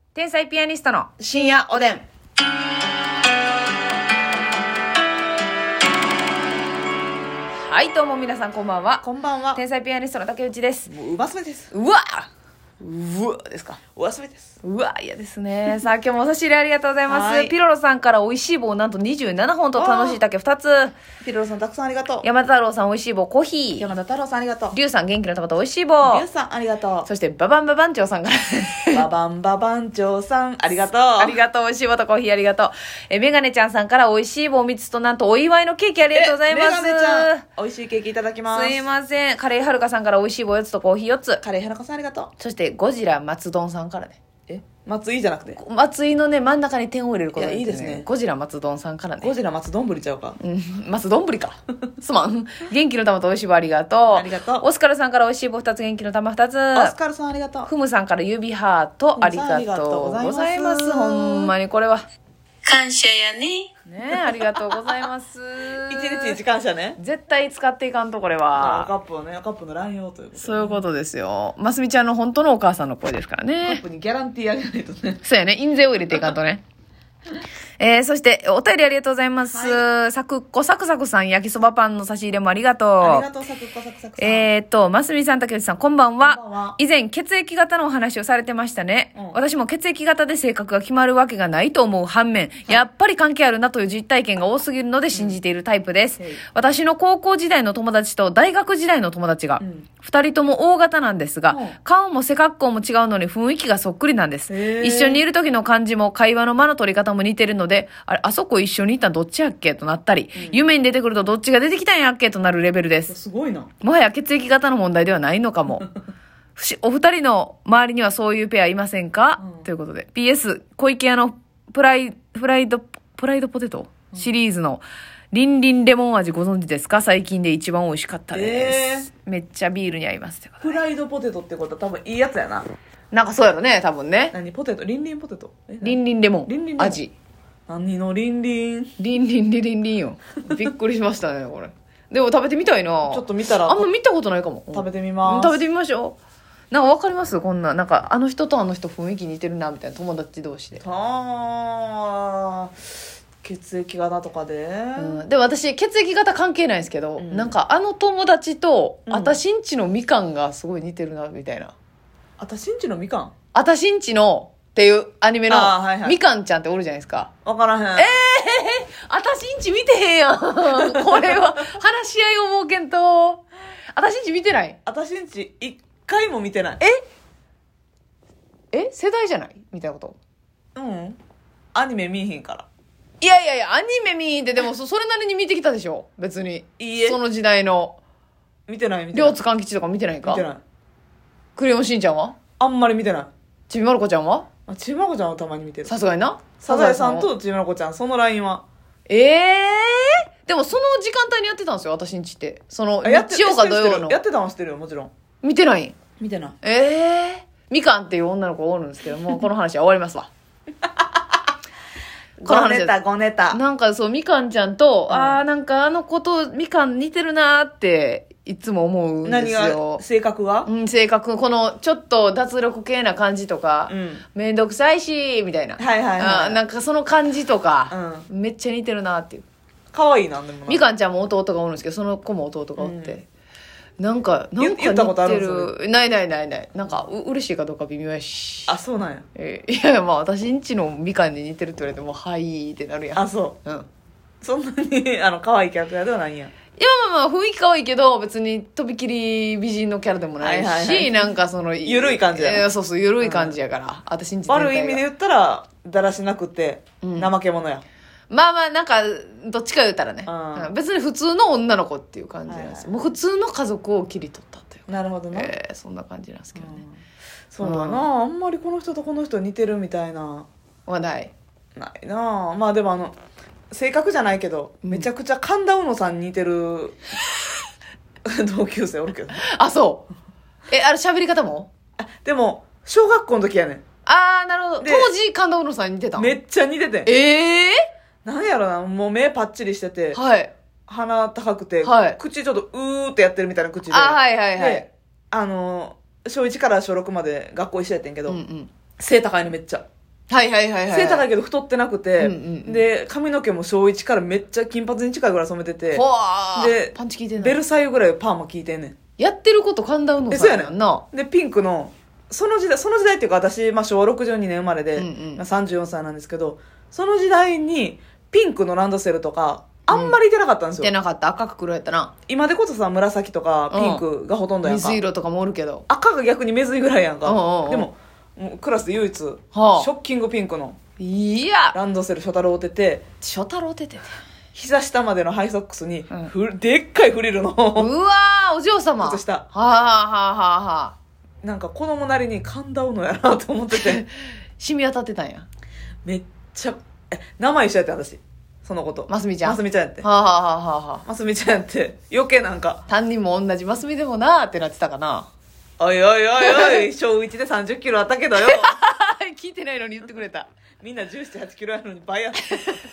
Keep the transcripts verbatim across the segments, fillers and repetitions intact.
天才ピアニストの深夜おでん。 はいどうも皆さんこんばんは。 こんばんは。 天才ピアニストの竹内です。 もううますめです。 うわうわですか。 うわすめです。 うわ嫌ですね。さあ今日もお差し入れありがとうございます。 はいピロロさんから美味しい棒なんとにじゅうななほんと楽しい竹ふたつ。 ピロロさんたくさんありがとう。 山田太郎さん美味しい棒コーヒー。 山田太郎さんありがとう。 リュウさん元気の玉と美味しい棒。 リュウさんありがとそしてババンババンチョウさんからう。ババンババンチョウさんありがとう。 ありがとう。美味しい棒とコーヒーありがとう。え、メガネちゃんさんから美味しい棒みっつとなんとお祝いのケーキありがとうございます。 メガネちゃん美味しいケーキいただきます。 すいません。カレーはるかさんから美味しい棒よっつとコーヒーよっつ。 カレーはるかさんありがとう。 そしてゴジラ松丼さんからね。 え松井じゃなくて松井のね真ん中に点を入れることができていやいいですねゴジラ松丼さんからね。 ゴジラ松丼ぶりちゃうか。 うん、松丼ぶりか。すまん。元気の玉と美味しい棒ありがとう。 ありがとう。 オスカルさんから美味しい棒ふたつ元気の玉ふたつ。 オスカルさんありがとう。 ふむさんから指ハートありがとうございます。ほんまにこれは感謝やね。 ねえ、ありがとうございます。 一日一感謝ね。 絶対使っていかんとこれあは。 カップをね、カップの乱用ということで、ね、 そういうことですよ。ますみちゃんの本当のお母さんの声ですからカッね。 プにギャランティーあげないとね。 そうやね。印税を入れていかんとね。えー、そして、お便りありがとうございます。 はさくっこさくさくさん、焼きそばパンの差し入れもありがとう。 ありがとう、サクッコサクサクさん。 えーっと、ますみさん、竹内さん、こんばんは。 こんばんは以前、血液型のお話をされてましたね。 うん私も血液型で性格が決まるわけがないと思う反面、やっぱり関係あるなという実体験が多すぎるので信じているタイプです。 うん私の高校時代の友達と大学時代の友達が、 うん二人とも大型なんですが、 うん顔も背格好も違うのに雰囲気がそっくりなんです。 へー一緒にいる時の感じも会話の間の取り方も似てるので、あれ、あそこ一緒にいたのどっちやっけとなったり、夢に出てくるとどっちが出てきたんやっけとなるレベルです。 すごいな。 もはや血液型の問題ではないのかも。ふしお二人の周りにはそういうペアいませんか、 うんということで。ピーエス、小池屋のプライ、フライド、プライドポテトシリーズのリンリンレモン味ご存知ですか？最近で一番美味しかったです。めっちゃビールに合いますってことで。 フライドポテトってことは多分いいやつやな。 なんかそうやろね、多分ね。 何ポテトリンリンポテトえリンリンレモンリンリンレモン味。 何のリンリンちリンリンリリンリンよ。びっくりしましたね、これ。でも食べてみたいな。 ょっと見たらあんま見たことないかも。 食べてみます。 食べてみましょう。なんかわかりますこんな、なんかあの人とあの人雰囲気似てるなみたいな友達同士で。 あー血液型とかで、 うん、でも私血液型関係ないんですけど、 うんなんかあの友達とうんあたしんちのみかんがすごい似てるなみたいな。 あたしんちのみかんあたしんちのっていうアニメのあーはいはいみかんちゃんっておるじゃないですか。 わからへん。 えあたしんち見てへんやん。これは話し合いを設けんと。あたしんち見てない？ あたしんち一回も見てない。 え世代じゃないみたいなこと。 うんアニメ見えへんから。 いやいやいや、アニメ見てでもそそれなりに見てきたでしょ別に。 いいえその時代の。 見てない見てない両津勘吉とか見てないか？ 見てない。 クレヨンしんちゃんは？ あんまり見てない。 ちびまる子ちゃんは？ あちびまる子ちゃんはたまに見てる。 さすがにな。 サザエさんはとちびまる子ちゃんそのラインはええー、でもその時間帯にやってたんですよ、私んちって。その、 あやって日曜か土曜のや。ってたのは知ってるよもちろん。 見てないん？ 見てない。 ええー。みかんっていう女の子がおるんですけども、この話は終わりますわ。この話ごネタごネタ。 なんかそう、みかんちゃんと、 うんああ、なんかあの子とみかん似てるなーって、いつも思うんです何がよ。 性格がうん、性格、この、ちょっと脱力系な感じとか、 うんめんどくさいし、みたいな。 はいはいはいあーなんかその感じとか、めっちゃ似てるなっていう。 可愛いなでもな。 みかんちゃんも弟がおるんですけど、その子も弟がおって。なんか、なんか言ったことあ似てるる。ないないないない。なんか、う嬉しいかどうか微妙やし。 あそうなんや。 えーいやいや、まあ私んちのみかんに似てるって言われても、はいってなるやん。 あそううん。いそんなにあの可愛いキャラクターではないんや。 や、まあまあ、雰囲気可愛いけど、別にとびきり美人のキャラでもないし、 はいはいはいなんかその、 ゆるい感じやなえーそうそう、ゆるい感じやから。私んち全体が悪い意味で言ったらだらしなくてうん怠け者や。 まあまあ、なんか、どっちか言ったらね。 うんうん別に普通の女の子っていう感じなんですよ。 はいはいもう普通の家族を切り取ったというか。 なるほどな。 えーそんな感じなんですけどね。 うんそうだな、あんまりこの人とこの人似てるみたいな話題。 ないな。まあでもあの性格じゃないけど、 うんめちゃくちゃ神田うのさんに似てる同級生おるけどね。 あ、そう。え、あれ喋り方もあでも小学校の時やねあー、なるほど。 で当時、神田うのさんに似てたん。めっちゃ似ててん。 ええなんやろな、もう目パッチリしてて、 ー、はい。 鼻高くて、 はい口ちょっとうーってやってるみたいな口で。 あ、はいはいはい。 であの小いちから小ろくまで学校一緒やってんけど、 うんうん。 背高いのめっちゃ。 はいはいはいはい。 背高いけど太ってなくて、 うんうんうん、 で、髪の毛も小いちからめっちゃ金髪に近いぐらい染めてて、 ほわで、 パンチ効いてんな。 ベルサイユぐらいパーマ効いてんねん。 やってること神田うのさんやんな。 で、ピンクの、その時代、その時代っていうか私、まあ、しょうわろくじゅうにねん生まれで、 うんうんまあ、さんじゅうよんさいなんですけど、その時代にピンクのランドセルとか、あんまりいてなかったんですよ。 いてなかった。赤く黒やったな。 今でこそさ、紫とかピンクがほとんどやんか。 水色とかもおるけど。 赤が逆に目ずいぐらいやんか。 うんうんうん、 でも、もうクラスで唯一、 はあ、 ショッキングピンクのいやランドセル、ショタロウてて、 ショタロウててて。 膝下までのハイソックスに、 うん、 ふでっかいフリルの。 うわー、お嬢様。 靴下。はあはあはあはあ。 なんか子供なりに神田うのやなと思ってて。 染み当たってたんや。 めっちゃ、え、名前一緒やって私。そのこと。 ますみちゃん。 ますみちゃんやって。 はあ、はあはあはあ、 ますみちゃんやって、余計なんか。 担任も同じますみでもなーってなってたかな。 おいおいおいおい、小いちでさんじゅっキロあったけどよ。 聞いてないのに言ってくれた。 みんなじゅうなな、はちキロやのに倍やった。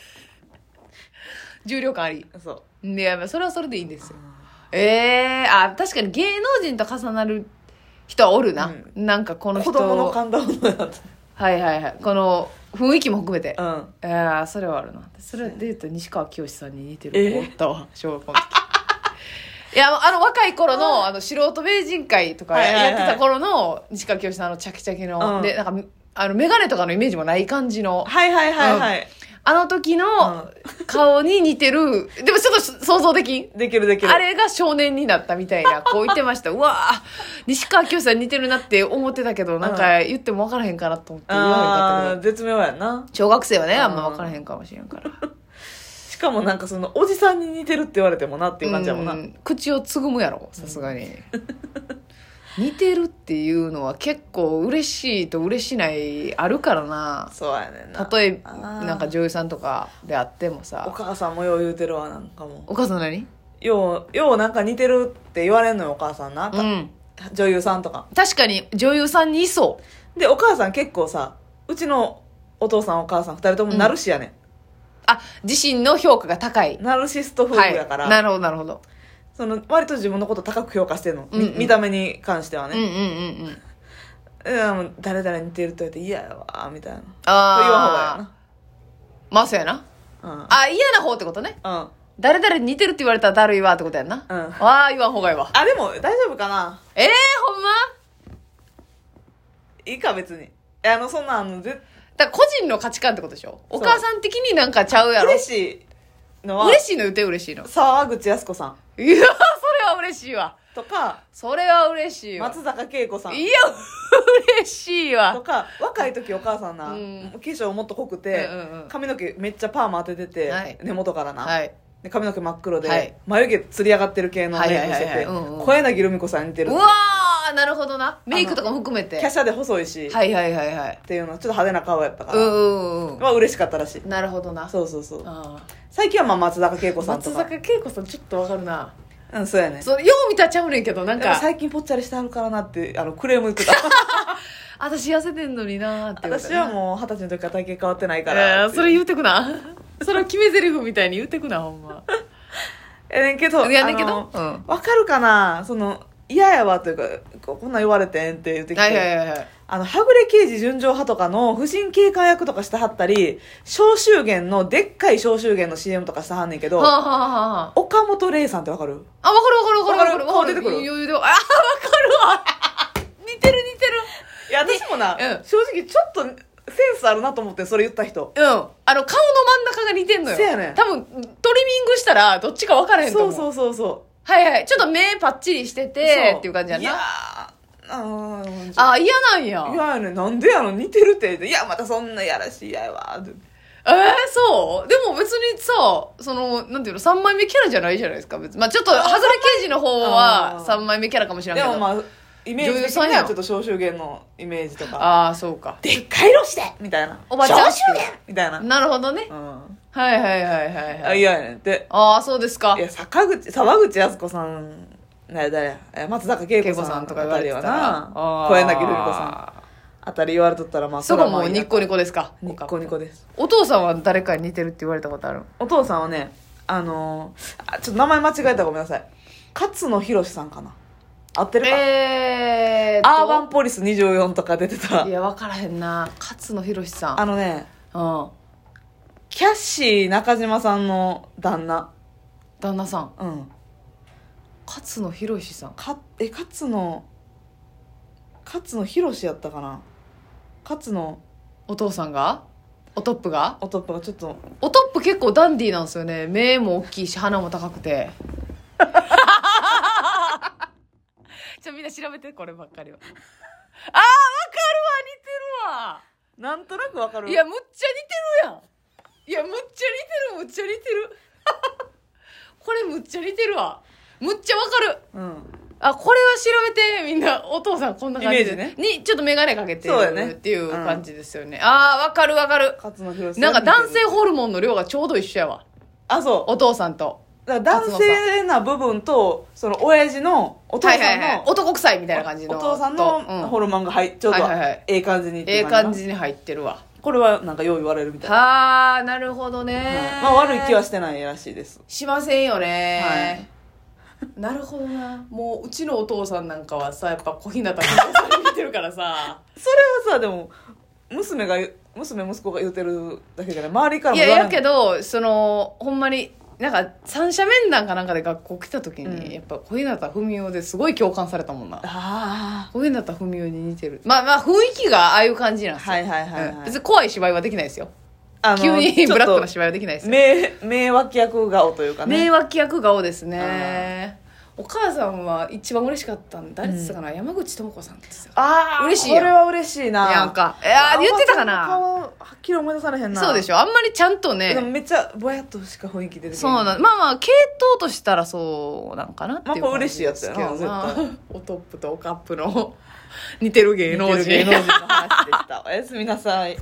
重量感あり。 そう。 いや、それはそれでいいんですよ。ええー、あ、確かに芸能人と重なる人はおるな。うん、なんかこの人。 子供の神田うのやった。 はいはいはい。この雰囲気も含めて。 うん。 いやそれはあるな。それで言うと西川きよしさんに似てる子おったわ、小学校の時。いや、あの若い頃の、あの素人名人会とかやってた頃の西川きよしさん、あのチャキチャキの、うん、で、なんか、あの、メガネとかのイメージもない感じの。 はいはいはいはい。うん、 あの時の顔に似てる、でもちょっと想像できん？ できるできる。 あれが少年になったみたいな、こう言ってました。うわぁ、西川きよしさん似てるなって思ってたけど、なんか言っても分からへんかなと思って言わへんかったけど。 絶妙やんな。 小学生はね、あんま分からへんかもしれんから。 しかもなんかその、おじさんに似てるって言われてもなっていう感じやもんな。ん口をつぐむやろ、さすがに。似てるっていうのは結構嬉しいと嬉しないあるからな。 そうやねんな。 例えばなんか女優さんとかであってもさ、 お母さんもよう言うてるわ、なんかもお母さん何ようようなんか似てるって言われんのよ、お母さんな、うん、女優さんとか。 確かに女優さんにいそうで、お母さん結構さ、うちのお父さんお母さん二人ともナルシやねん、うん、 あ、自身の評価が高いナルシスト夫婦やから、 はい、なるほどなるほど。 その割と自分のこと高く評価してるの、うんうん、見た目に関してはね、 うんうんうんうん、誰々に似てると言って嫌やわみたいな、 あと言わん方がやな。 まあそうやな、うん、あ、嫌な方ってことね、うん、誰々に似てるって言われたらだるいわってことやんな、うん、ああ言わん方がいいわ。 あ、でも大丈夫かな。 ええー、ほんまいいか別に。あのそんなあのぜだから個人の価値観ってことでしょ。お母さん的になんかちゃうやろ。 嬉しいのは嬉しいの言って嬉しいの沢口靖子さん。 いや、それは嬉しいわ。 とか、 それは嬉しいわ。 松坂慶子さん。 いや、嬉しいわ。 とか、若い時お母さんな、うん、化粧もっと濃くて、うんうんうん、髪の毛めっちゃパーマ当ててて、はい、根元からな、はい、で髪の毛真っ黒で、はい、眉毛つり上がってる系のメイクしてて、小柳ルミ子さんに似てる。 うわー、なるほどな。メイクとかも含めて。 華奢で細いし、 はいはいはいはい。 っていうの、ちょっと派手な顔やったから、 うんうんうん。 まあ嬉しかったらしい。 なるほどな。 そうそうそう。あ、最近はまあ松坂慶子さんとか。 松坂慶子さんちょっとわかるな。 うん、そうやね。 そう、よう見たらちゃうねんけど、なんか。 最近ぽっちゃりしてあるからなって、あの、クレーム言ってた。 私痩せてんのになーって言うて。 私はもう二十歳の時から体型変わってないから。 えー、それ言うてくな。それを決め台詞みたいに言うてくな、ほんま。 えねんけど、 いやねんけど、わ、うん、 かるかな、その、嫌やわというか、こんなん言われてんって言ってきて。 はいはいはいはい。 あの、はぐれ刑事純情派とかの不審警官役とかしてはったり、消臭源の、でっかい消臭源の シーエム とかしてはんねんけど、はあはあはあ、岡本玲さんってわかる？ あ、わかるわかるわかるわかる。 顔出てくる？ 余裕で。あ、わかるわ。似てる似てる。 いや、私もな、うん、正直ちょっとセンスあるなと思って、それ言った人。 うん。あの、顔の真ん中が似てんのよ。 せやねん。 多分、トリミングしたら、どっちか分からへんと思う。 そうそうそうそう。 はいはい。ちょっと目パッチリしてて、っていう感じやな。いやー、あ、嫌なんや。 嫌やねん。なんでやの、似てるって。いや、またそんなやらしいやわ。 えー、そうでも別にさ、その、なんていうの、さんまいめキャラじゃないじゃないですか、別に。まあちょっと、ハズレ刑事の方はさんまいめキャラかもしれないけど。 でもまあ、イメージ的にはちょっと消臭源のイメージとか。 ああ、そうか。 でっかい色してみたいな。 おばちゃん消臭源みたいな。 なるほどね。うん。はいはいはいはい、はい。 あ、嫌やねんって。 ああ、そうですか。 いや、坂口、沢口靖子さん、誰誰松坂慶子さんとか言われてたら、小柳ルミ子さんあたり言われとったら、まあ、 そこもうニッコニコですか。 ニッコニコです。 お父さんは誰かに似てるって言われたことある？ お父さんはね、あのー、あ、ちょっと名前間違えたらごめんなさい。勝野博さんかな。 合ってるか、 えーアーバンポリスにじゅうよんとか出てた。 いや分からへんな。勝野博さん。 あのね、 うん、 キャッシー中島さんの旦那。 旦那さん。 うん。 勝野博さん。 かえ勝野勝野博やったかな。勝野お父さんがおトップがおトップがちょっとおトップ結構ダンディーなんですよね。目も大きいし鼻も高くてちょみんな調べてこればっかりは。あーわかるわ、似てるわ。 なんとなくわかる。 いやむっちゃ似てるやん。いやむっちゃ似てる、むっちゃ似てるこれむっちゃ似てるわ。むっちゃわかる。 うん。 あ、これは調べてみんな。お父さんこんな感じで、 イメージね、にちょっと眼鏡かけてるっていう感じですよね。あーわかるわかる。 勝野博さんなんか男性ホルモンの量がちょうど一緒やわ。 あ、そう。 お父さんと。 だから男性な部分とその親父のお父さんの、はいはいはい、 男臭いみたいな感じのお父さんのホルモンが入っちょうどええ感じにええ感じに入ってるわ。 これはなんかよう言われるみたいな。 はあ、なるほどね、はい、 まあ悪い気はしてないらしいです。 しませんよね、はい、なるほどな。もううちのお父さんなんかはさ、やっぱ小日向文世さん見てるからさそれはさ、でも娘が娘息子が言うてるだけじゃない、周りからも言われない。 ややけど、そのほんまになんか三者面談かなんかで学校来た時に、うん、やっぱ小日向文世ですごい共感されたもんな。あ小日向文世に似てる。まあまあ雰囲気がああいう感じなんですよ。 はいはいはい、はい、 うん、別に怖い芝居はできないですよ。あの急にブラックな芝居はできないですよ。 名名脇役顔というかね。 名脇役顔ですね。お母さんは一番嬉しかったん誰って言ったかな、うん、山口智子さんって言ってた。 ああ嬉しいやん。これは嬉しいな。 やんか。いや言ってたかな。 顔はっきり思い出されへんな。 そうでしょ。あんまりちゃんとね。 でもめっちゃぼやっとしか雰囲気出てくる。 そうなん。まあまあ系統としたらそうなんかなっていう。 まあこれ嬉しいやつやな絶対。 おトップとおカップの似てる芸能人。 似てる芸能人の話でした。おやすみなさい。